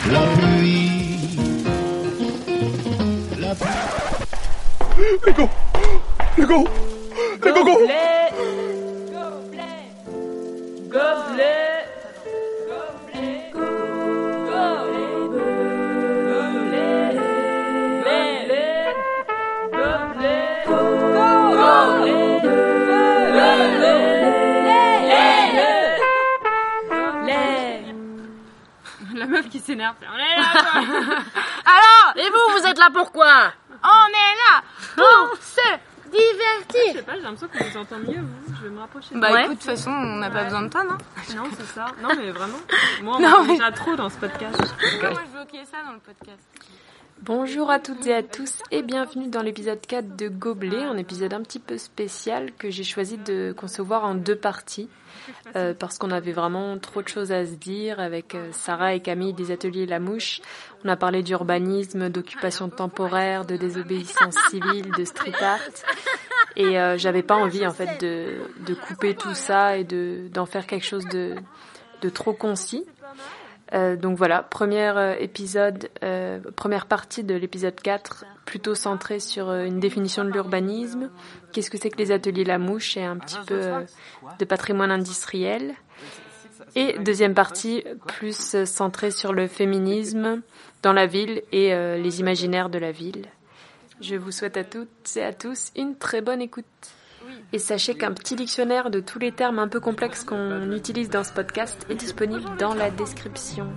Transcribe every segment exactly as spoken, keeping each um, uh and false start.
La pluie, la pluie. Les go, les go, les go, go. Gobelet, gobelet, gobelet, gobelet, gobelet, gobelet, gobelet. La meuf qui s'énerve. On est là, quoi. Alors, et vous, vous êtes là pourquoi? On est là pour se Je divertir. sais pas, j'ai l'impression qu'on vous entend mieux, vous. Je vais me rapprocher. de Bah vous. écoute, de toute façon, on n'a pas Ouais. besoin de toi, non? Non, c'est ça. Non, mais vraiment. Moi, on Non, m'entend mais- déjà trop dans ce podcast. Moi, je bloquais ça dans le podcast. Bonjour à toutes et à tous et bienvenue dans l'épisode quatre de Gobelet, un épisode un petit peu spécial que j'ai choisi de concevoir en deux parties euh, parce qu'on avait vraiment trop de choses à se dire avec euh, Sarah et Camille des ateliers La Mouche. On a parlé d'urbanisme, d'occupation temporaire, de désobéissance civile, de street art et euh, j'avais pas envie en fait de, de couper tout ça et de, d'en faire quelque chose de, de trop concis. Euh, donc voilà, premier euh, épisode, euh, première partie de l'épisode quatre, plutôt centrée sur euh, une définition de l'urbanisme, qu'est-ce que c'est que les ateliers La Mouche et un petit peu euh, de patrimoine industriel. Et deuxième partie, plus euh, centrée sur le féminisme dans la ville et euh, les imaginaires de la ville. Je vous souhaite à toutes et à tous une très bonne écoute. Et sachez qu'un petit dictionnaire de tous les termes un peu complexes qu'on utilise dans ce podcast est disponible dans la description.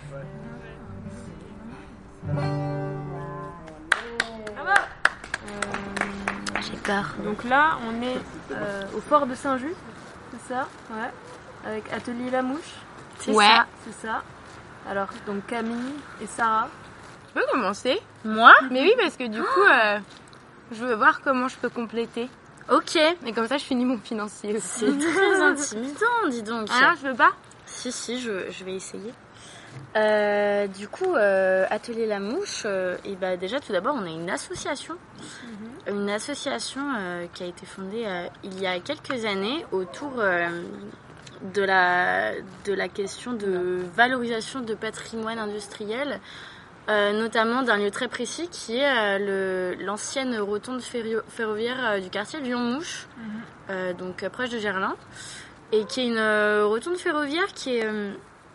J'ai peur. Donc là, on est euh, au fort de Saint-Just, c'est ça? Ouais. Avec Atelier La Mouche. C'est Ouais. ça. C'est ça. Alors, donc Camille et Sarah. Tu peux commencer? Moi? Mais oui, parce que du coup, euh, je veux voir comment je peux compléter. Ok, Et comme ça, je finis mon financier aussi. c'est très intimidant, dis donc. Ah, je veux pas? Si, si, je, je vais essayer. Euh, du coup, euh, Atelier La Mouche, euh, et bah déjà tout d'abord, on a une association. Une association euh, qui a été fondée euh, il y a quelques années autour euh, de, la, de la question de valorisation de patrimoine industriel, euh, notamment d'un lieu très précis qui est euh, le, l'ancienne rotonde ferro- ferroviaire euh, du quartier Lyon-Mouche, euh, donc euh, proche de Gerland, et qui est une euh, rotonde ferroviaire qui est... euh,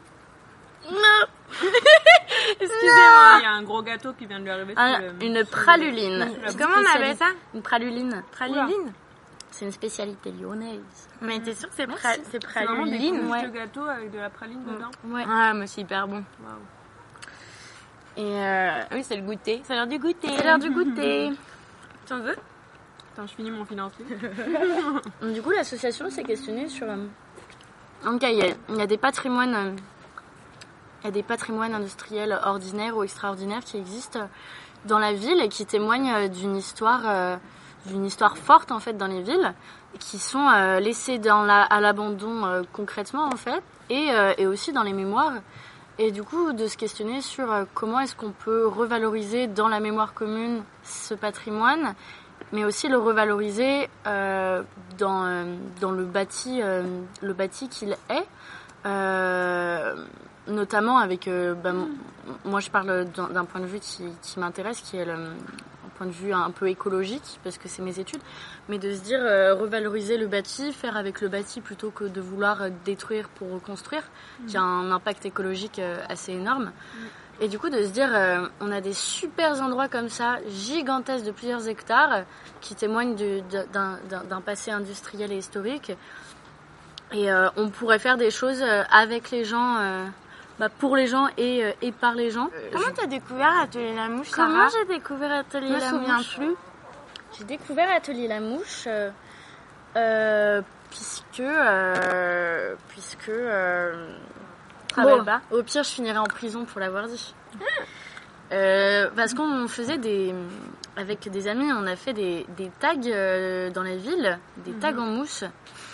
Excusez-moi, il y a un gros gâteau qui vient de lui arriver. un- sur le- une sur le- praluline. sur la- Comment on appelle ça? Une praluline. Praluline? C'est une spécialité lyonnaise. Mais t'es sûre que c'est Merci. pra- c'est C'est vraiment des praluline? couches ouais. de gâteau avec de la praline dedans. Ouais. Ah, mais c'est hyper bon. Waouh. Et euh, Ah oui, c'est le goûter. C'est l'heure du goûter. c'est l'heure du goûter. Tu en veux? Attends, je finis mon financier. Du coup, l'association s'est questionnée sur. euh, Donc, il y, a- il y a des patrimoines, euh, il y a des patrimoines industriels ordinaires ou extraordinaires qui existent dans la ville et qui témoignent euh, d'une histoire, euh, d'une histoire forte en fait dans les villes, qui sont euh, laissés dans la, à l'abandon euh, concrètement en fait, et, euh, et aussi dans les mémoires. Et du coup, de se questionner sur euh, comment est-ce qu'on peut revaloriser dans la mémoire commune ce patrimoine, mais aussi le revaloriser euh, dans, euh, dans le bâti, euh, le bâti qu'il est, euh, notamment avec, euh, bah, m- moi je parle d'un, d'un point de vue qui, qui m'intéresse, qui est le, un point de vue un peu écologique, parce que c'est mes études, mais de se dire euh, revaloriser le bâti, faire avec le bâti plutôt que de vouloir euh, détruire pour reconstruire, qui a un impact écologique euh, assez énorme. Et du coup, de se dire, euh, on a des super endroits comme ça, gigantesques de plusieurs hectares, euh, qui témoignent du- d'un, d'un- d'un passé industriel et historique. Et euh, on pourrait faire des choses euh, avec les gens, euh, bah, pour les gens et, euh, et par les gens. Comment t'as découvert Atelier La Mouche, Comment Sarah? j'ai découvert Atelier Je me La souviens Mouche plus. J'ai découvert Atelier La Mouche euh, euh, puisque... euh, puisque euh, Travaille bon, pas. au pire, je finirai en prison pour l'avoir dit. Euh, parce qu'on faisait des... Avec des amis, on a fait des, des tags euh, dans la ville, des tags en mousse.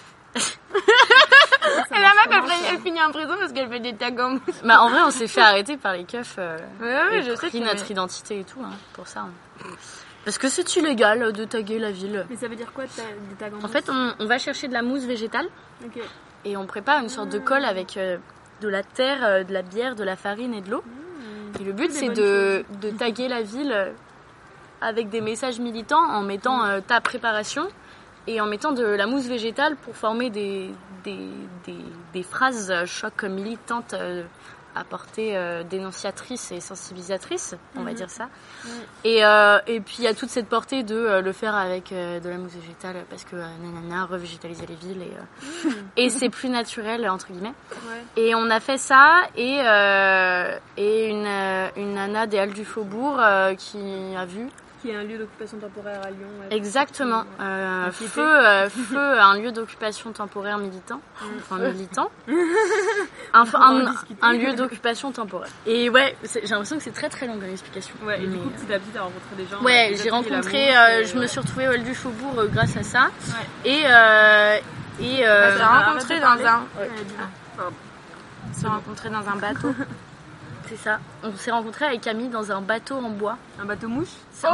Et la meuf, elle, fait- elle finit en prison parce qu'elle fait des tags en mousse. Bah, en vrai, on s'est fait arrêter par les keufs. Euh, Ouais, ouais, et je sais pris que notre identité et tout, hein, pour ça. hein. Parce que c'est illégal de taguer la ville. Mais ça veut dire quoi ta- des tags en En fait, on, on va chercher de la mousse végétale mousse Ok. et on prépare une sorte de colle avec euh, de la terre, euh, de la bière, de la farine et de l'eau. Et le but, c'est de, de taguer la ville avec des messages militants en mettant euh, ta préparation et en mettant de la mousse végétale pour former des, des, des, des phrases choc militantes euh, à portée euh, dénonciatrice et sensibilisatrice, on mm-hmm. va dire ça. Mm. Et, euh, et puis il y a toute cette portée de euh, le faire avec euh, de la mousse végétale parce que euh, nanana, revégétaliser les villes et, euh, mm. et c'est plus naturel entre guillemets. Ouais. Et on a fait ça et, euh, et une, euh, une nana des Halles du Faubourg euh, qui a vu. Qui est un lieu d'occupation temporaire à Lyon. Ouais. Exactement. Euh, feu, euh, feu, un lieu d'occupation temporaire militant. Enfin, militant. un, un, un lieu d'occupation temporaire. Et ouais, j'ai l'impression que c'est très très long comme explication. Ouais, et Mais... du coup, petit à petit, t'as rencontré des gens. Ouais, j'ai rencontré, euh, je me suis retrouvée au Hall du Faubourg euh, grâce à ça. Ouais. Et, euh, et euh, on s'est rencontrés dans un. Ouais. Ah. On s'est rencontrés dans un bateau. C'est ça. On s'est rencontrés avec Camille dans un bateau en bois. Un bateau mouche. Oh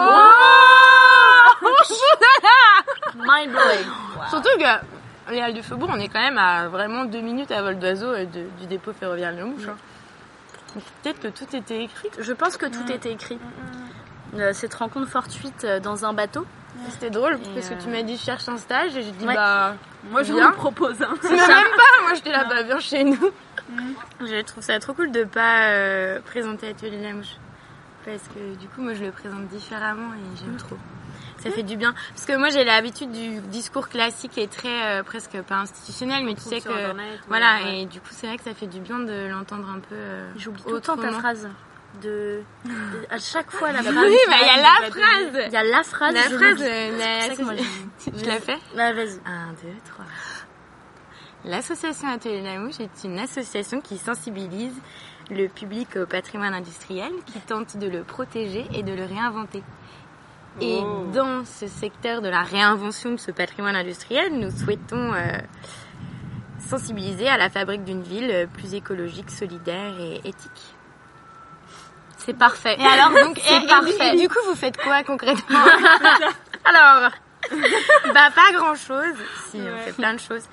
Mind blowing. Wow. Surtout que les Halles du Faubourg, on est quand même à vraiment deux minutes à vol d'oiseau de, du dépôt ferroviaire Le Mouche. Mmh. Peut-être que tout était écrit. Je pense que tout mmh. était écrit. Mmh. Euh, cette rencontre fortuite dans un bateau. C'était drôle et parce euh... que tu m'as dit je cherche un stage et j'ai dit ouais. bah moi je vous le propose. Hein. C'est même pas. Moi je te l'ai pas bien chez nous. Mmh. Je trouve ça trop cool de pas euh, présenter Atelier La Mouche parce que du coup moi je le présente différemment et j'aime mmh. trop. Ça mmh. fait du bien parce que moi j'ai l'habitude du discours classique et très euh, presque pas institutionnel mais tu sais que Internet, voilà ouais. Et du coup c'est vrai que ça fait du bien de l'entendre un peu. Euh, J'oublie tout le temps ta phrase. De... de à chaque fois la phrase. Oui, bah il y a la phrase. Il y a la phrase. La phrase. Euh, la... Moi, je... je la fais. Bah vas-y. Un, deux, trois. L'association Atelier La Mouche est une association qui sensibilise le public au patrimoine industriel, qui tente de le protéger et de le réinventer. Et oh. dans ce secteur de la réinvention de ce patrimoine industriel, nous souhaitons euh, sensibiliser à la fabrique d'une ville plus écologique, solidaire et éthique. C'est parfait. Et alors, donc, c'est et, parfait. Et, et du coup, vous faites quoi concrètement? Alors, bah pas grand chose. Si, ouais. On fait plein de choses.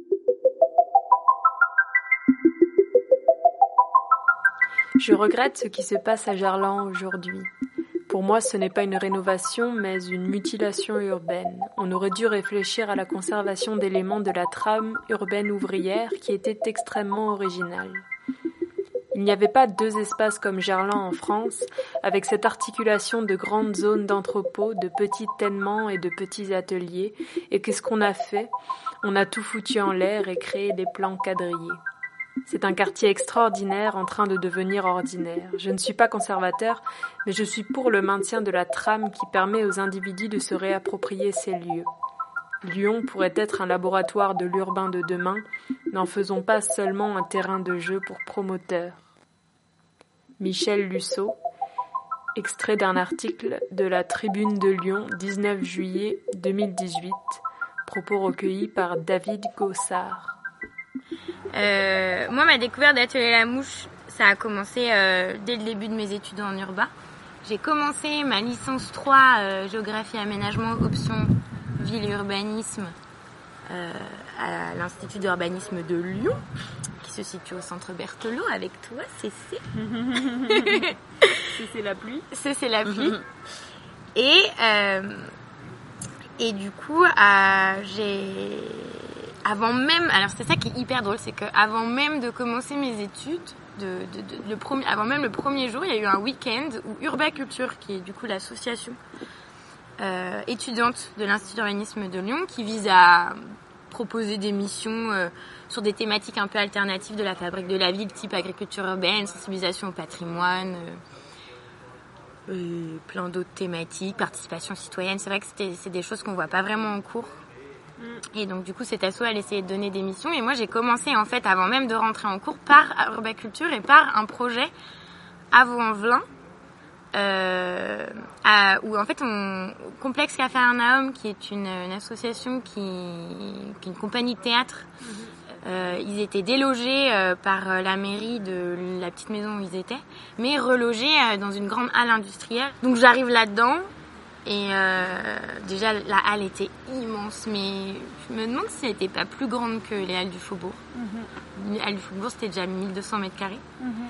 Je regrette ce qui se passe à Gerland aujourd'hui. Pour moi, ce n'est pas une rénovation, mais une mutilation urbaine. On aurait dû réfléchir à la conservation d'éléments de la trame urbaine ouvrière qui était extrêmement originale. Il n'y avait pas deux espaces comme Gerland en France, avec cette articulation de grandes zones d'entrepôts, de petits tènements et de petits ateliers. Et qu'est-ce qu'on a fait? On a tout foutu en l'air et créé des plans quadrillés. C'est un quartier extraordinaire en train de devenir ordinaire. Je ne suis pas conservateur, mais je suis pour le maintien de la trame qui permet aux individus de se réapproprier ces lieux. Lyon pourrait être un laboratoire de l'urbain de demain, n'en faisons pas seulement un terrain de jeu pour promoteurs. Michel Lusseau, extrait d'un article de la Tribune de Lyon, dix-neuf juillet deux mille dix-huit, propos recueillis par David Gossard. Euh, moi, ma découverte d'Atelier La Mouche, ça a commencé euh, dès le début de mes études en urbain. J'ai commencé ma licence trois, euh, géographie aménagement, option ville et urbanisme, euh, à l'Institut d'urbanisme de Lyon, qui se situe au centre Berthelot avec toi, Cécé. Cécé la pluie. Cécé la pluie. Et, euh, et du coup, euh, j'ai... Avant même, alors c'est ça qui est hyper drôle, c'est qu'avant même de commencer mes études, de, de, de, le premier, avant même le premier jour, il y a eu un week-end où Urbaculture, qui est du coup l'association euh, étudiante de l'Institut d'urbanisme de Lyon, qui vise à proposer des missions euh, sur des thématiques un peu alternatives de la fabrique de la ville, type agriculture urbaine, sensibilisation au patrimoine, euh, et plein d'autres thématiques, participation citoyenne. C'est vrai que c'était, c'est des choses qu'on voit pas vraiment en cours. Et donc du coup cette asso elle essayait de donner des missions et moi j'ai commencé en fait avant même de rentrer en cours par Urbaculture et par un projet à Vaux-en-Velin euh, à, où en fait on Complexe Capharnaüm qui est une, une association qui, qui est une compagnie de théâtre. Euh, ils étaient délogés euh, par la mairie de la petite maison où ils étaient, mais relogés euh, dans une grande halle industrielle. Donc j'arrive là-dedans. Et euh, déjà, la halle était immense, mais je me demande si elle n'était pas plus grande que les halles du Faubourg. Mm-hmm. Les halles du Faubourg, c'était déjà mille deux cents mètres carrés. Mm-hmm.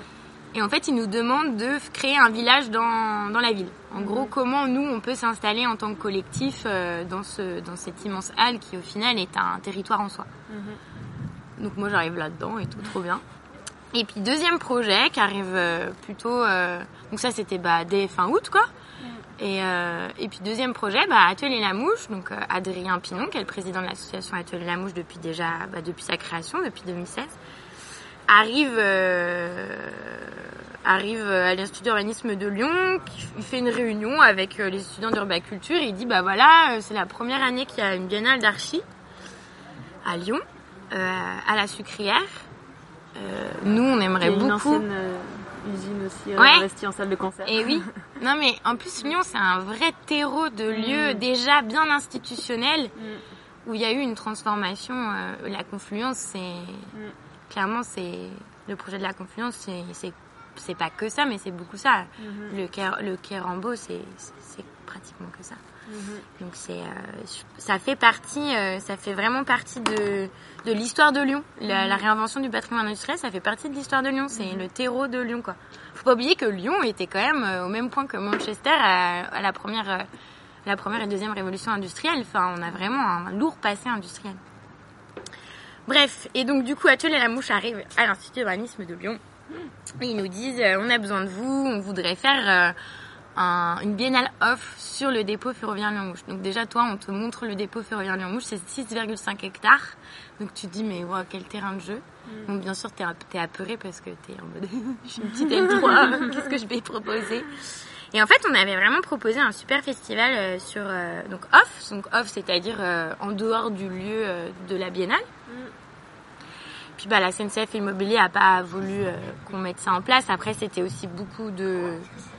Et en fait, ils nous demandent de créer un village dans, dans la ville. En mmh. gros, comment nous, on peut s'installer en tant que collectif euh, dans, ce, dans cette immense halle qui, au final, est un territoire en soi. Mmh. Donc moi, j'arrive là-dedans et tout, trop bien. Et puis, deuxième projet qui arrive euh, plutôt... Euh, donc ça, c'était bah, dès fin août, quoi. Mmh. Et, euh, et puis, deuxième projet, bah, Atelier La Mouche. Donc, euh, Adrien Pinon, qui est le président de l'association Atelier La Mouche depuis déjà... Bah, depuis sa création, depuis deux mille seize. Arrive, euh, arrive à l'Institut d'urbanisme de Lyon, il fait une réunion avec les étudiants d'urbaculture et il dit bah voilà, c'est la première année qu'il y a une biennale d'archi à Lyon, euh, à la Sucrière. Euh, nous, on aimerait beaucoup. Une ancienne euh, usine aussi euh, ouais. investie en salle de concert. Et oui. Non mais en plus Lyon, c'est un vrai terreau de lieux mmh. déjà bien institutionnels mmh. où il y a eu une transformation. Euh, la Confluence, c'est mmh. Clairement, c'est le projet de la Confluence, c'est c'est c'est pas que ça, mais c'est beaucoup ça. Mm-hmm. Le quai le quai Rambaud, c'est c'est pratiquement que ça. Mm-hmm. Donc c'est euh, ça fait partie, euh, ça fait vraiment partie de de l'histoire de Lyon. La, mm-hmm. la réinvention du patrimoine industriel, ça fait partie de l'histoire de Lyon. C'est mm-hmm. le terreau de Lyon, quoi. Faut pas oublier que Lyon était quand même euh, au même point que Manchester à, à la première euh, la première et deuxième révolution industrielle. Enfin, on a vraiment un lourd passé industriel. Bref, et donc du coup, Atelier La Mouche arrive à l'Institut d'urbanisme de Lyon. Et ils nous disent, euh, on a besoin de vous, on voudrait faire euh, un, une biennale off sur le dépôt ferroviaire Lyon-Mouche. Donc déjà, toi, on te montre le dépôt ferroviaire Lyon-Mouche, c'est six virgule cinq hectares. Donc tu te dis, mais wow, quel terrain de jeu. Mm. Donc bien sûr, t'es, t'es apeuré parce que t'es en mode, je suis une petite L trois, qu'est-ce que je vais proposer ? Et en fait, on avait vraiment proposé un super festival euh, sur euh, donc off, donc off, c'est-à-dire euh, en dehors du lieu euh, de la biennale. Mm. Puis bah la S N C F Immobilier a pas voulu euh, qu'on mette ça en place. Après, c'était aussi beaucoup de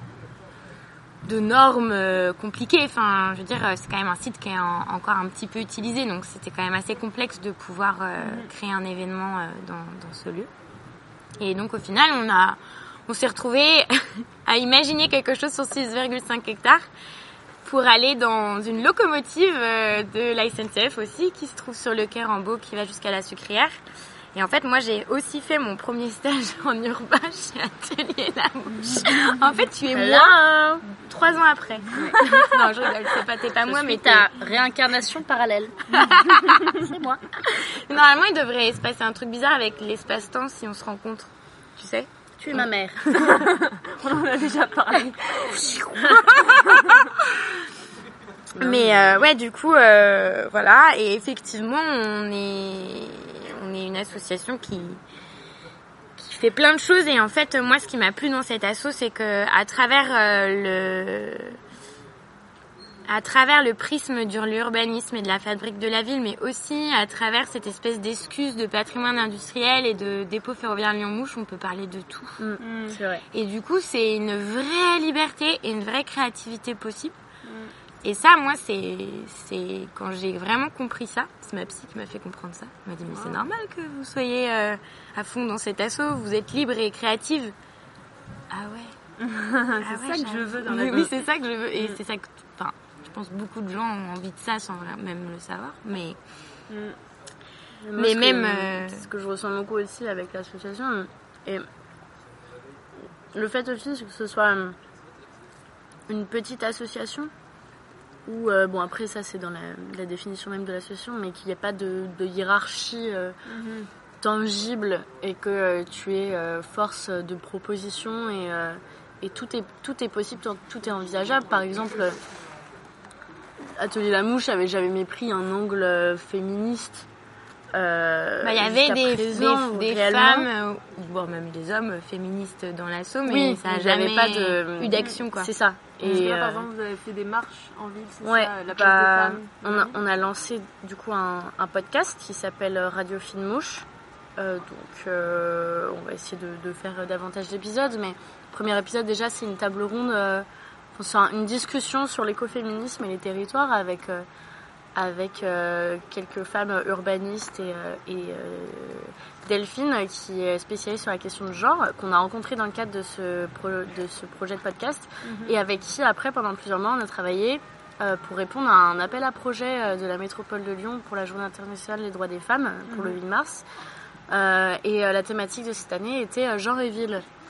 de normes euh, compliquées. Enfin, je veux dire, c'est quand même un site qui est en, encore un petit peu utilisé, donc c'était quand même assez complexe de pouvoir euh, mm. créer un événement euh, dans dans ce lieu. Et donc au final, on a on s'est retrouvés à imaginer quelque chose sur six virgule cinq hectares pour aller dans une locomotive de la S N C F aussi, qui se trouve sur le quai Rambaud, qui va jusqu'à la Sucrière. Et en fait, moi, j'ai aussi fait mon premier stage en urbain chez Atelier La Mouche. En fait, tu es moi trois ans après. Non, je rigole, c'est pas, t'es pas je moi, mais ta réincarnation parallèle. C'est moi. Normalement, il devrait se passer un truc bizarre avec l'espace-temps si on se rencontre, tu sais. Tu es ma mère. On en a déjà parlé. Mais euh, ouais, du coup, euh, voilà. Et effectivement, on est, on est une association qui qui fait plein de choses. Et en fait, moi, ce qui m'a plu dans cette asso, c'est que à travers euh, le à travers le prisme de l'urbanisme et de la fabrique de la ville, mais aussi à travers cette espèce d'excuse de patrimoine industriel et de dépôt ferroviaire Lyon-Mouche, on peut parler de tout. Mmh, c'est vrai. Et du coup, c'est une vraie liberté et une vraie créativité possible. Mmh. Et ça, moi, c'est, c'est quand j'ai vraiment compris ça, c'est ma psy qui m'a fait comprendre ça. Elle m'a dit, mais c'est normal que vous soyez euh, à fond dans cet asso, vous êtes libre et créative. Ah ouais. c'est ah ouais, ça que je veux dans la vie. Oui, c'est ça que je veux. Et mmh. c'est ça que... Enfin, je pense que beaucoup de gens ont envie de ça sans même le savoir, mais mmh. mais ce même que, euh... c'est ce que je ressens beaucoup aussi avec l'association, et le fait aussi que ce soit une petite association où euh, bon après ça c'est dans la, la définition même de l'association, mais qu'il n'y ait pas de, de hiérarchie euh, mmh. tangible et que euh, tu es euh, force de proposition et euh, et tout est tout est possible, tout est envisageable. Par exemple, Atelier La Mouche avait jamais pris un angle féministe. Euh, bah, il y avait des, présent, des, des femmes, euh, bon, même des hommes féministes dans l'assaut, mais oui, ça n'a jamais pas de, eu d'action, quoi. C'est ça. Et là, euh, par exemple, vous avez fait des marches en ville, c'est ouais, ça, la place bah, des femmes. On a, on a lancé du coup un, un podcast qui s'appelle Radio Fine Mouche. Euh, donc, euh, on va essayer de, de faire davantage d'épisodes, mais le premier épisode déjà, c'est une table ronde. Euh, C'est une discussion sur l'écoféminisme et les territoires avec, euh, avec euh, quelques femmes urbanistes et, euh, et euh, Delphine qui est spécialiste sur la question de genre, qu'on a rencontrée dans le cadre de ce, pro, de ce projet de podcast mm-hmm. et avec qui après pendant plusieurs mois on a travaillé euh, pour répondre à un appel à projet de la métropole de Lyon pour la journée internationale des droits des femmes pour mm-hmm. le huit mars euh, et euh, la thématique de cette année était euh, genre et ville.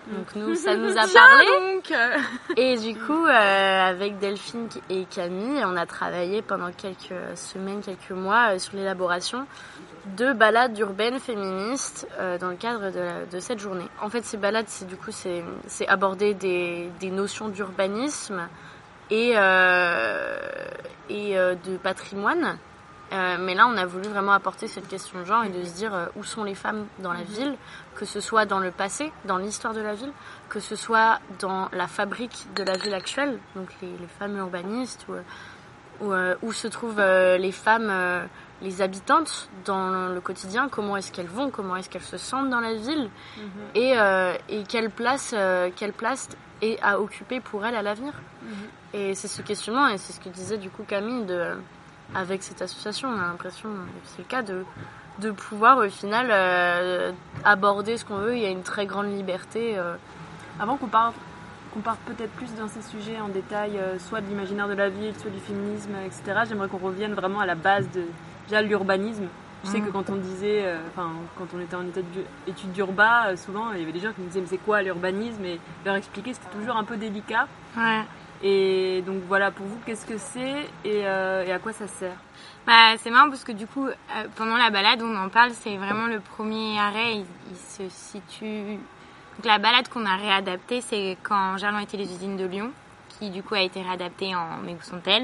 Donc nous, ça nous a parlé. Donc, euh... Et du coup, euh, avec Delphine et Camille, on a travaillé pendant quelques semaines, quelques mois euh, sur l'élaboration de balades urbaines féministes euh, dans le cadre de, la, de cette journée. En fait, ces balades, c'est du coup, c'est, c'est aborder des, des notions d'urbanisme et, euh, et euh, de patrimoine. Euh, mais là, on a voulu vraiment apporter cette question de genre et de se dire euh, où sont les femmes dans la ville, que ce soit dans le passé, dans l'histoire de la ville, que ce soit dans la fabrique de la ville actuelle, donc les, les femmes urbanistes, ou, ou, euh, où se trouvent euh, les femmes, euh, les habitantes dans le, le quotidien, comment est-ce qu'elles vont, comment est-ce qu'elles se sentent dans la ville, mm-hmm. et, euh, et quelle place, euh, quelle place est à occuper pour elles à l'avenir. Mm-hmm. Et c'est ce questionnement, et c'est ce que disait du coup Camille, de... avec cette association, on a l'impression, que c'est le cas, de, de pouvoir au final euh, aborder ce qu'on veut. Il y a une très grande liberté. Euh. Avant qu'on parte, qu'on parte peut-être plus dans ces sujets en détail, euh, soit de l'imaginaire de la ville, soit du féminisme, et cetera, j'aimerais qu'on revienne vraiment à la base de déjà l'urbanisme. Je sais mmh. que quand on disait, enfin, euh, quand on était en études d'urba, euh, souvent il y avait des gens qui nous disaient mais c'est quoi l'urbanisme, et leur expliquer c'était toujours un peu délicat. Ouais. Et donc voilà, pour vous, qu'est-ce que c'est et, euh, et à quoi ça sert? Bah, c'est marrant parce que du coup, euh, pendant la balade, on en parle, c'est vraiment le premier arrêt, il, il se situe... Donc la balade qu'on a réadaptée, c'est quand Gerland était les usines de Lyon, qui du coup a été réadaptée en Mais où sont-elles?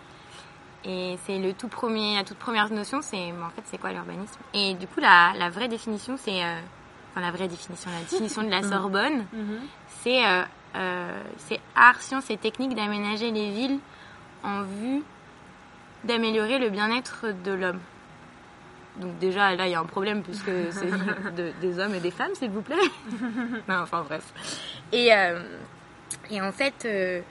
Et c'est le tout premier, la toute première notion, c'est en fait c'est quoi l'urbanisme? Et du coup la, la vraie définition, c'est euh, enfin la vraie définition, la définition de la Sorbonne, mm-hmm. c'est euh, euh, c'est art, sciences et techniques d'aménager les villes en vue d'améliorer le bien-être de l'homme. Donc déjà là il y a un problème puisque c'est de, des hommes et des femmes, s'il vous plaît. Non, enfin bref. Et euh, et en fait. Euh,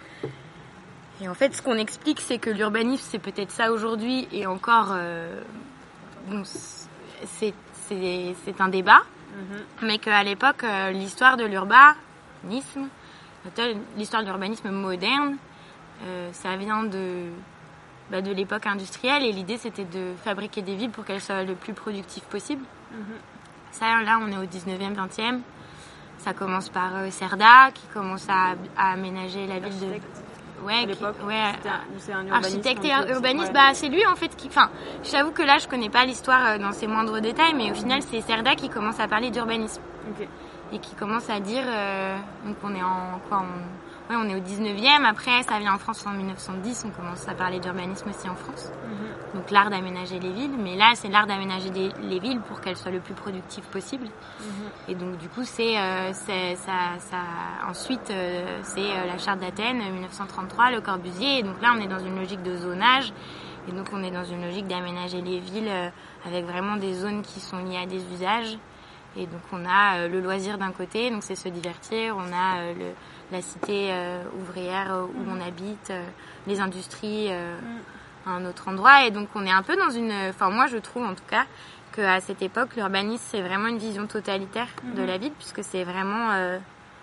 Et en fait, ce qu'on explique, c'est que l'urbanisme, c'est peut-être ça aujourd'hui, et encore, euh, bon, c'est, c'est, c'est un débat, mm-hmm. mais qu'à l'époque, euh, l'histoire de l'urbanisme, l'histoire de l'urbanisme moderne, euh, ça vient de, bah, de l'époque industrielle, et l'idée, c'était de fabriquer des villes pour qu'elles soient le plus productives possible. Mm-hmm. Ça, là, on est au dix-neuvième, vingtième. Ça commence par euh, Cerda, qui commence à, à aménager la ville de... Ouais, qui, ouais, c'est un architecte et urbaniste, ouais. Bah c'est lui en fait qui, enfin, j'avoue que là je connais pas l'histoire dans ses moindres détails, mais au final c'est Cerda qui commence à parler d'urbanisme, okay. Et qui commence à dire, euh, donc on est en quoi, on, ouais, on est au dix-neuvième. Après ça vient en France en mille neuf cent dix, on commence à parler d'urbanisme aussi en France, mm-hmm. Donc l'art d'aménager les villes, mais là c'est l'art d'aménager des, les villes pour qu'elles soient le plus productives possible, mm-hmm. Et donc du coup c'est, euh, c'est ça, ça, ensuite euh, c'est euh, la charte d'Athènes mille neuf cent trente-trois, Le Corbusier, et donc là on est dans une logique de zonage, et donc on est dans une logique d'aménager les villes euh, avec vraiment des zones qui sont liées à des usages. Et donc on a euh, le loisir d'un côté, donc c'est se divertir, on a euh, le, la cité euh, ouvrière euh, où on habite, euh, les industries euh, à un autre endroit, et donc on est un peu dans une, enfin moi je trouve en tout cas qu'à cette époque l'urbanisme c'est vraiment une vision totalitaire mm-hmm. de la ville, puisque c'est vraiment euh,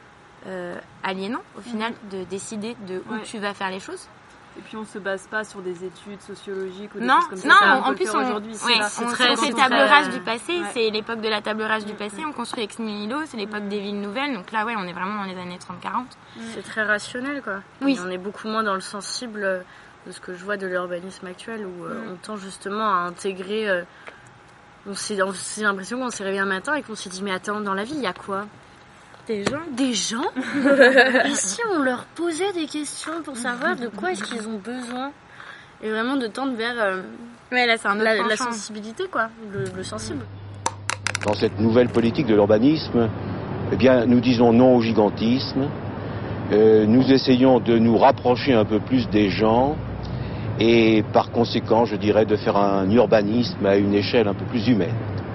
euh, aliénant au final mm-hmm. de décider de où ouais. tu vas faire les choses. Et puis on se base pas sur des études sociologiques ou des non, choses comme ça. Non, ça en plus on, aujourd'hui, ouais, c'est, on très, c'est c'est table très, rase euh, du passé, ouais. C'est l'époque de la table rase du passé, on construit ex nihilo, c'est l'époque mmh. des villes nouvelles, donc là ouais on est vraiment dans les années trente quarante. Mmh. C'est très rationnel quoi. Oui. Et on est beaucoup moins dans le sensible de ce que je vois de l'urbanisme actuel, où euh, mmh. on tend justement à intégrer, euh, on s'est, on s'est l'impression qu'on s'est réveillé un matin et qu'on s'est dit mais attends, dans la ville il y a quoi? Des gens. Des gens. Et si on leur posait des questions pour savoir de quoi est-ce qu'ils ont besoin? Et vraiment de tendre vers euh, ouais, là, c'est un autre la, la sensibilité, quoi, le, le sensible. Dans cette nouvelle politique de l'urbanisme, eh bien, nous disons non au gigantisme, euh, nous essayons de nous rapprocher un peu plus des gens, et par conséquent, je dirais, de faire un urbanisme à une échelle un peu plus humaine.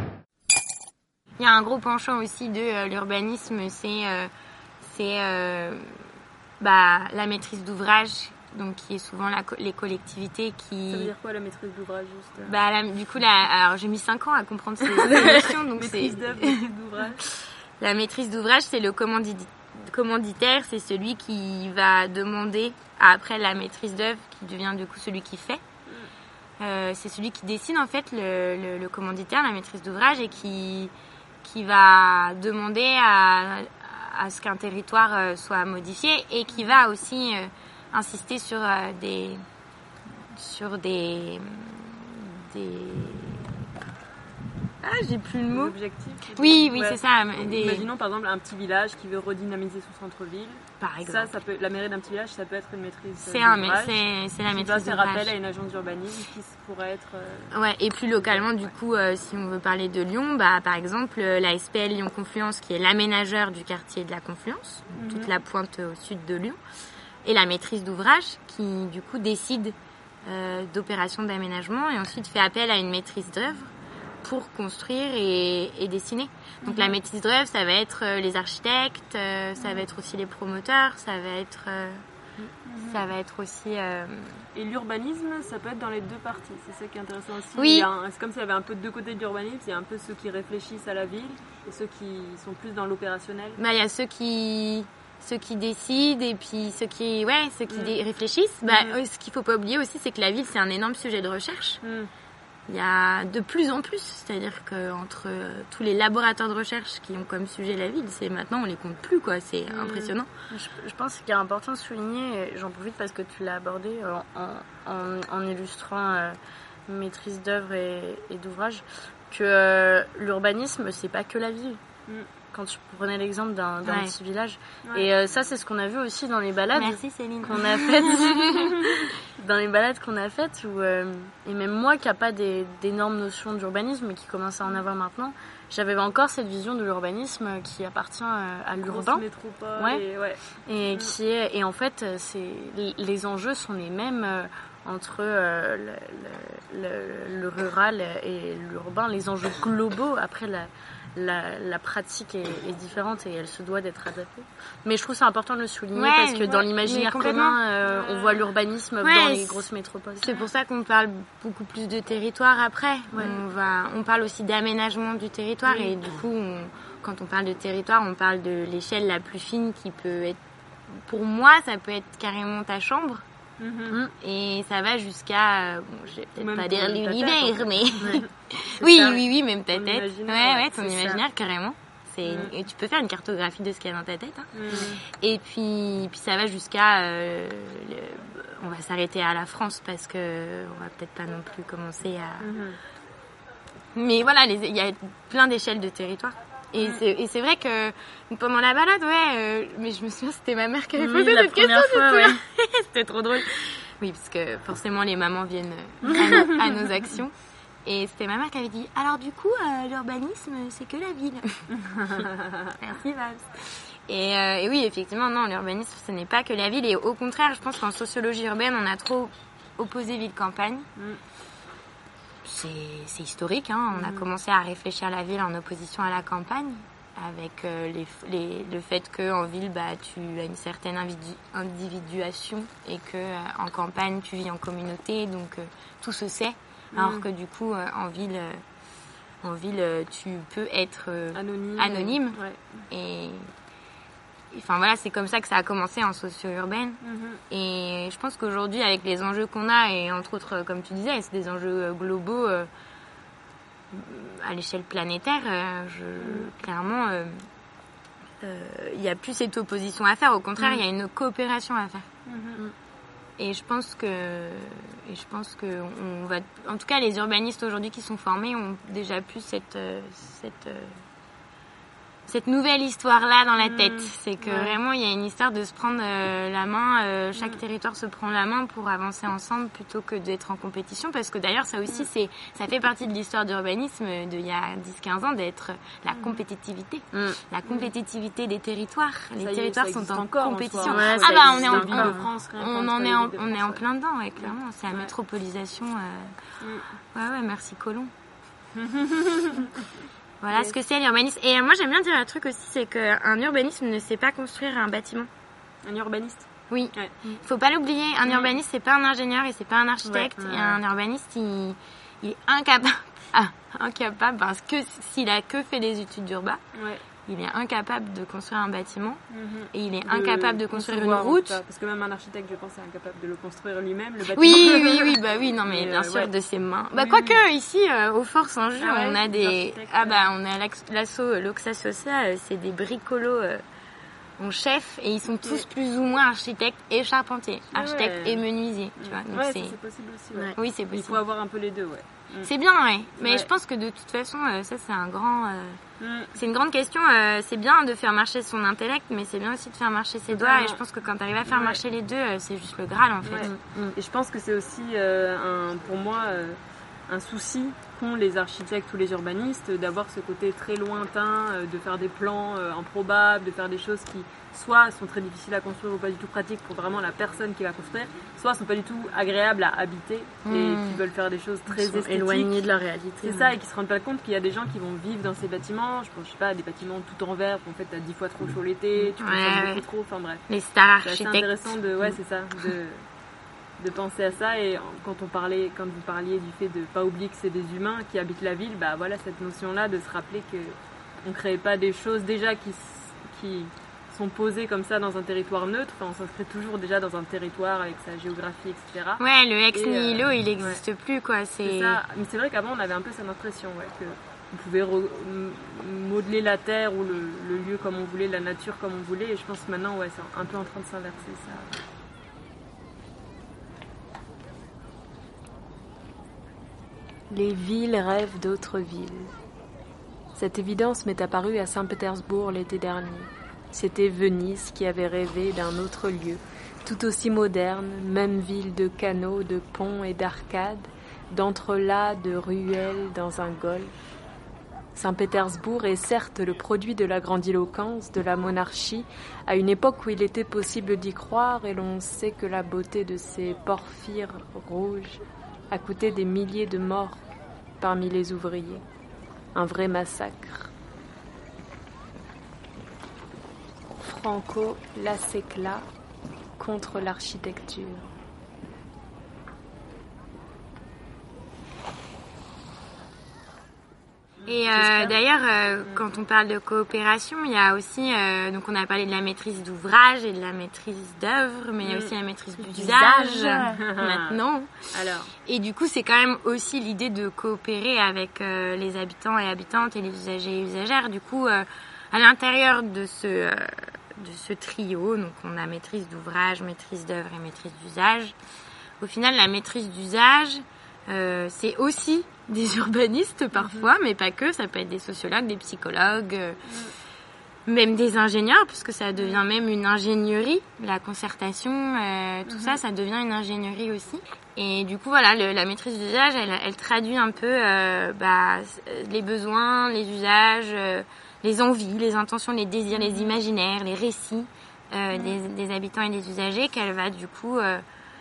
Il y a un gros penchant aussi de euh, l'urbanisme, c'est, euh, c'est euh, bah, la maîtrise d'ouvrage, donc qui est souvent la, les collectivités qui... Ça veut dire quoi la maîtrise d'ouvrage juste bah, la, du coup, la, alors j'ai mis cinq ans à comprendre ces notions. Donc maîtrise c'est... d'œuvre, maîtrise d'ouvrage. La maîtrise d'ouvrage, c'est le commandit... commanditaire, c'est celui qui va demander à, après la maîtrise d'œuvre, qui devient du coup celui qui fait. Euh, c'est celui qui décide en fait le, le, le commanditaire, la maîtrise d'ouvrage, et qui, qui va demander à, à ce qu'un territoire euh, soit modifié et qui va aussi euh, insister sur euh, des sur des des ah j'ai plus le mot. Objectif. Oui, oui, ouais. c'est ça. Des... Imaginons par exemple un petit village qui veut redynamiser son centre-ville. Par exemple. Ça, ça peut, la mairie d'un petit village, ça peut être une maîtrise. C'est un, c'est, c'est la qui maîtrise va faire d'ouvrage. appel à une agence d'urbanisme qui pourrait être. Euh... Ouais, et plus localement, du coup, euh, si on veut parler de Lyon, bah par exemple la S P L Lyon Confluence, qui est l'aménageur du quartier de la Confluence, mm-hmm. toute la pointe au sud de Lyon, et la maîtrise d'ouvrage qui du coup décide euh, d'opérations d'aménagement et ensuite fait appel à une maîtrise d'œuvre pour construire et, et dessiner. Donc mmh. la maîtrise d'œuvre, ça va être euh, les architectes, euh, ça va être aussi les promoteurs, ça va être, euh, mmh. ça va être aussi. Euh... Et l'urbanisme, ça peut être dans les deux parties. C'est ça qui est intéressant aussi. Oui. Il y a un, c'est comme s'il y avait un peu deux côtés de l'urbanisme. Il y a un peu ceux qui réfléchissent à la ville et ceux qui sont plus dans l'opérationnel. Bah il y a ceux qui ceux qui décident et puis ceux qui ouais ceux qui mmh. dé- réfléchissent. Bah mmh. ce qu'il faut pas oublier aussi, c'est que la ville, c'est un énorme sujet de recherche. Mmh. Il y a de plus en plus, c'est-à-dire qu'entre tous les laboratoires de recherche qui ont comme sujet la ville, c'est maintenant on les compte plus, quoi. C'est mmh. impressionnant. Je, je pense qu'il est important de souligner, et j'en profite parce que tu l'as abordé en, en, en illustrant euh, maîtrise d'œuvre et, et d'ouvrage, que euh, l'urbanisme, c'est pas que la ville. Mmh. Quand tu prenais l'exemple d'un, d'un ouais. petit village. Ouais. Et euh, ça, c'est ce qu'on a vu aussi dans les balades. Merci Céline. Qu'on a faites. Dans les balades qu'on a faites. Où, euh, et même moi, qui n'a pas des, d'énormes notions d'urbanisme, mais qui commence à en avoir maintenant, j'avais encore cette vision de l'urbanisme qui appartient à l'urbain. Métropole. Ouais. Et, ouais. et, qui est, et en fait, c'est, les enjeux sont les mêmes euh, entre euh, le, le, le rural et l'urbain. Les enjeux globaux, après la... La, la pratique est, est différente et elle se doit d'être adaptée. Mais je trouve ça important de le souligner ouais, parce que ouais, dans l'imaginaire commun, euh, on voit l'urbanisme ouais, dans les grosses métropoles. C'est pour ça qu'on parle beaucoup plus de territoire après. Ouais. On, va, on parle aussi d'aménagement du territoire oui. et du coup, on, quand on parle de territoire, on parle de l'échelle la plus fine qui peut être, pour moi, ça peut être carrément ta chambre. Mm-hmm. Et ça va jusqu'à, bon, je vais peut-être même pas dire l'univers, tête, mais ouais. oui, ça, oui, oui, même ta tête. Ouais, ouais, ton imaginaire ça. Carrément. C'est, mm. et tu peux faire une cartographie de ce qu'il y a dans ta tête. Hein. Mm. Et puis, puis ça va jusqu'à, euh, le, on va s'arrêter à la France parce que on va peut-être pas non plus commencer à. Mm-hmm. Mais voilà, il y a plein d'échelles de territoire. Et c'est, et c'est vrai que pendant la balade, ouais, euh, mais je me souviens, c'était ma mère qui avait posé oui, cette question. Fois, ouais. C'était trop drôle. Oui, parce que forcément, les mamans viennent à nos, à nos actions. Et c'était ma mère qui avait dit, alors du coup, euh, l'urbanisme, c'est que la ville. Merci, Vals. Et, euh, et oui, effectivement, non, l'urbanisme, ce n'est pas que la ville. Et au contraire, je pense qu'en sociologie urbaine, on a trop opposé ville-campagne. Mm. C'est, c'est historique, hein. On a mmh. commencé à réfléchir la ville en opposition à la campagne, avec euh, les, les, le fait qu'en ville, bah, tu as une certaine individu, individuation et qu'en euh, campagne, tu vis en communauté, donc euh, tout se sait. Mmh. Alors que du coup, euh, en ville, euh, en ville euh, tu peux être euh, anonyme. anonyme ouais. et... Enfin voilà, c'est comme ça que ça a commencé en socio-urbaine. Mm-hmm. Et je pense qu'aujourd'hui, avec les enjeux qu'on a, et entre autres, comme tu disais, c'est des enjeux globaux euh, à l'échelle planétaire, euh, je, mm. clairement, il euh, n'y euh, a plus cette opposition à faire. Au contraire, il mm. y a une coopération à faire. Mm-hmm. Et je pense que, et je pense que on va, en tout cas, les urbanistes aujourd'hui qui sont formés ont déjà plus cette, cette cette nouvelle histoire-là dans la mmh, tête. C'est que ouais. vraiment, il y a une histoire de se prendre euh, la main, euh, chaque mmh. territoire se prend la main pour avancer ensemble plutôt que d'être en compétition. Parce que d'ailleurs, ça aussi, mmh. c'est, ça fait partie de l'histoire d'urbanisme d'il y a dix quinze ans, d'être la compétitivité. Mmh. La compétitivité des territoires. Les ça territoires est, sont en compétition. En ouais, ah bah, on est en, en France. On en est en, on est en plein dedans, ouais, clairement. C'est la ouais. métropolisation. Euh... Mmh. Ouais, ouais, merci Colomb. Voilà yes. ce que c'est l'urbanisme. Et moi, j'aime bien dire un truc aussi, c'est qu'un urbanisme ne sait pas construire un bâtiment. Un urbaniste ? Oui. Ouais. Faut pas l'oublier. Un mmh. urbaniste, c'est pas un ingénieur et c'est pas un architecte. Ouais. Et un urbaniste, il, il est incapable, ah, incapable, parce que s'il a que fait des études d'urbain, ouais. il est incapable de construire un bâtiment mmh. et il est incapable de, de construire une route. Parce que même un architecte, je pense, est incapable de le construire lui-même, le bâtiment. Oui, oui, oui, bah oui, non, mais et bien euh, sûr, ouais. de ses mains. Bah, oui, quoique, oui. ici, euh, au Fort Saint-Just, ah ouais, on a des, ah bah, on a l'asso Loxa Socia, c'est des bricolos, euh, en chef et ils sont tous ouais. plus ou moins architectes et charpentiers, architectes ouais. et menuisiers, tu vois. Donc ouais, c'est... Ça, c'est possible aussi. Ouais. Oui, c'est possible. Il faut avoir un peu les deux, ouais. C'est bien, ouais. Mais ouais. je pense que de toute façon, euh, ça c'est un grand, euh, mm. c'est une grande question. Euh, c'est bien de faire marcher son intellect, mais c'est bien aussi de faire marcher ses doigts. Ouais. Et je pense que quand tu arrives à faire ouais. marcher les deux, euh, c'est juste le Graal en fait. Ouais. Mm. Et je pense que c'est aussi euh, un, pour moi, euh, un souci qu'ont les architectes ou les urbanistes d'avoir ce côté très lointain, euh, de faire des plans euh, improbables, de faire des choses qui soit sont très difficiles à construire ou pas du tout pratiques pour vraiment la personne qui va construire, soit sont pas du tout agréables à habiter mmh. et qui veulent faire des choses très esthétiques, éloignées de la réalité. C'est ça, et qui se rendent pas compte qu'il y a des gens qui vont vivre dans ces bâtiments, je pense, je sais pas, des bâtiments tout en verre, où en fait t'as dix fois trop chaud l'été, tu ouais, consommes ouais. beaucoup trop, enfin bref. Les stars architectes. C'est assez intéressant de, ouais, c'est ça, de, de penser à ça. Et quand on parlait, quand vous parliez du fait de pas oublier que c'est des humains qui habitent la ville, bah voilà, cette notion-là de se rappeler que on crée pas des choses déjà qui, qui sont posées comme ça dans un territoire neutre, enfin, on s'inscrit toujours déjà dans un territoire avec sa géographie, et cetera. Ouais, le ex nihilo, euh, il n'existe ouais. plus, quoi. C'est... c'est ça. Mais c'est vrai qu'avant, on avait un peu cette impression, ouais, que on pouvait re- modeler la terre ou le, le lieu comme on voulait, la nature comme on voulait, et je pense que maintenant, ouais, c'est un peu en train de s'inverser, ça. Les villes rêvent d'autres villes. Cette évidence m'est apparue à Saint-Pétersbourg l'été dernier. C'était Venise qui avait rêvé d'un autre lieu, tout aussi moderne, même ville de canaux, de ponts et d'arcades, d'entrelacs, de ruelles dans un golfe. Saint-Pétersbourg est certes le produit de la grandiloquence, de la monarchie, à une époque où il était possible d'y croire, et l'on sait que la beauté de ses porphyres rouges a coûté des milliers de morts parmi les ouvriers. Un vrai massacre. Franco Lasecla contre l'architecture. Et euh, d'ailleurs, euh, quand on parle de coopération, il y a aussi, euh, donc on a parlé de la maîtrise d'ouvrage et de la maîtrise d'œuvre, mais il y a aussi la maîtrise d'usage maintenant. Alors. Et du coup, c'est quand même aussi l'idée de coopérer avec euh, les habitants et habitantes et les usagers et usagères. Du coup, euh, à l'intérieur de ce euh, de ce trio, donc on a maîtrise d'ouvrage, maîtrise d'œuvre et maîtrise d'usage. Au final, la maîtrise d'usage, euh, c'est aussi des urbanistes parfois, mmh. mais pas que. Ça peut être des sociologues, des psychologues, euh, mmh. même des ingénieurs, puisque ça devient même une ingénierie. La concertation, euh, tout mmh. ça, ça devient une ingénierie aussi. Et du coup, voilà, le, la maîtrise d'usage, elle, elle traduit un peu euh, bah, les besoins, les usages, euh, les envies, les intentions, les désirs, mmh. les imaginaires, les récits euh, mmh. des, des habitants et des usagers qu'elle va du coup euh,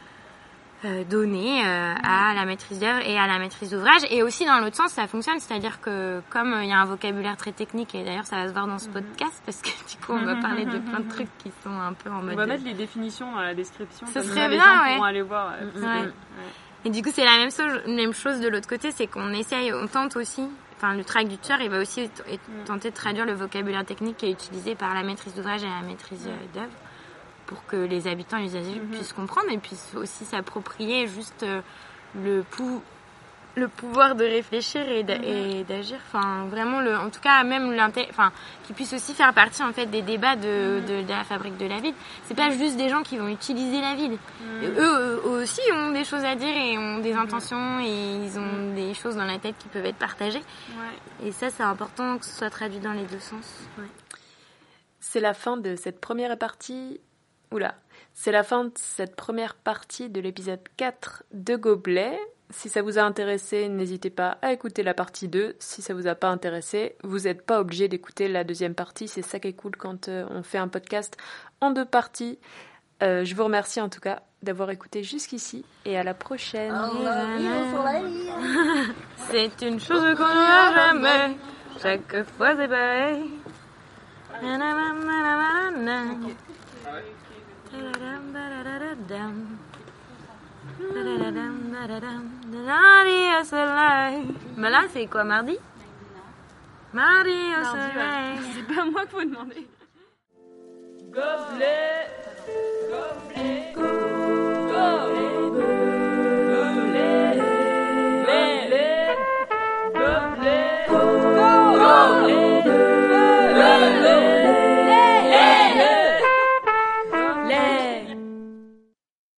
euh, donner euh, à la maîtrise d'œuvre et à la maîtrise d'ouvrage. Et aussi dans l'autre sens, ça fonctionne, c'est-à-dire que comme il y a un vocabulaire très technique, et d'ailleurs ça va se voir dans ce podcast, parce que du coup on va parler de plein de trucs qui sont un peu en mode... On va mettre les définitions dans la description. Ce comme serait ça, bien, les gens ouais. pourront aller voir. Euh, ouais. Ouais. Et du coup c'est la même chose, même chose de l'autre côté, c'est qu'on essaye, on tente aussi, enfin le travail du tuteur, il va aussi t- tenter de traduire le vocabulaire technique qui est utilisé par la maîtrise d'ouvrage et la maîtrise euh, d'œuvre, pour que les habitants et les usagers mm-hmm. puissent comprendre et puissent aussi s'approprier juste euh, le, pou- le pouvoir de réfléchir et, d'a- mm-hmm. et d'agir. Enfin, vraiment, le, en tout cas, même l'inté- enfin, qu'ils puissent aussi faire partie en fait des débats de, mm-hmm. de, de la fabrique de la ville. C'est pas juste des gens qui vont utiliser la ville. Mm-hmm. Eux, eux aussi ont des choses à dire et ont des mm-hmm. intentions et ils ont mm-hmm. des choses dans la tête qui peuvent être partagées. Ouais. Et ça, c'est important que ce soit traduit dans les deux sens. Ouais. C'est la fin de cette première partie. Oula, c'est la fin de cette première partie de l'épisode quatre de Gobelet. Si ça vous a intéressé, n'hésitez pas à écouter la partie deux. Si ça vous a pas intéressé, vous n'êtes pas obligé d'écouter la deuxième partie. C'est ça qui est cool quand euh, on fait un podcast en deux parties. Euh, je vous remercie en tout cas d'avoir écouté jusqu'ici et à la prochaine. C'est une chose qu'on n'aura jamais. Chaque fois c'est pareil. Mais là, c'est quoi, mardi? Mardi au soleil. C'est pas moi qu'il faut demander. Gobelet, gobelet, gobelet.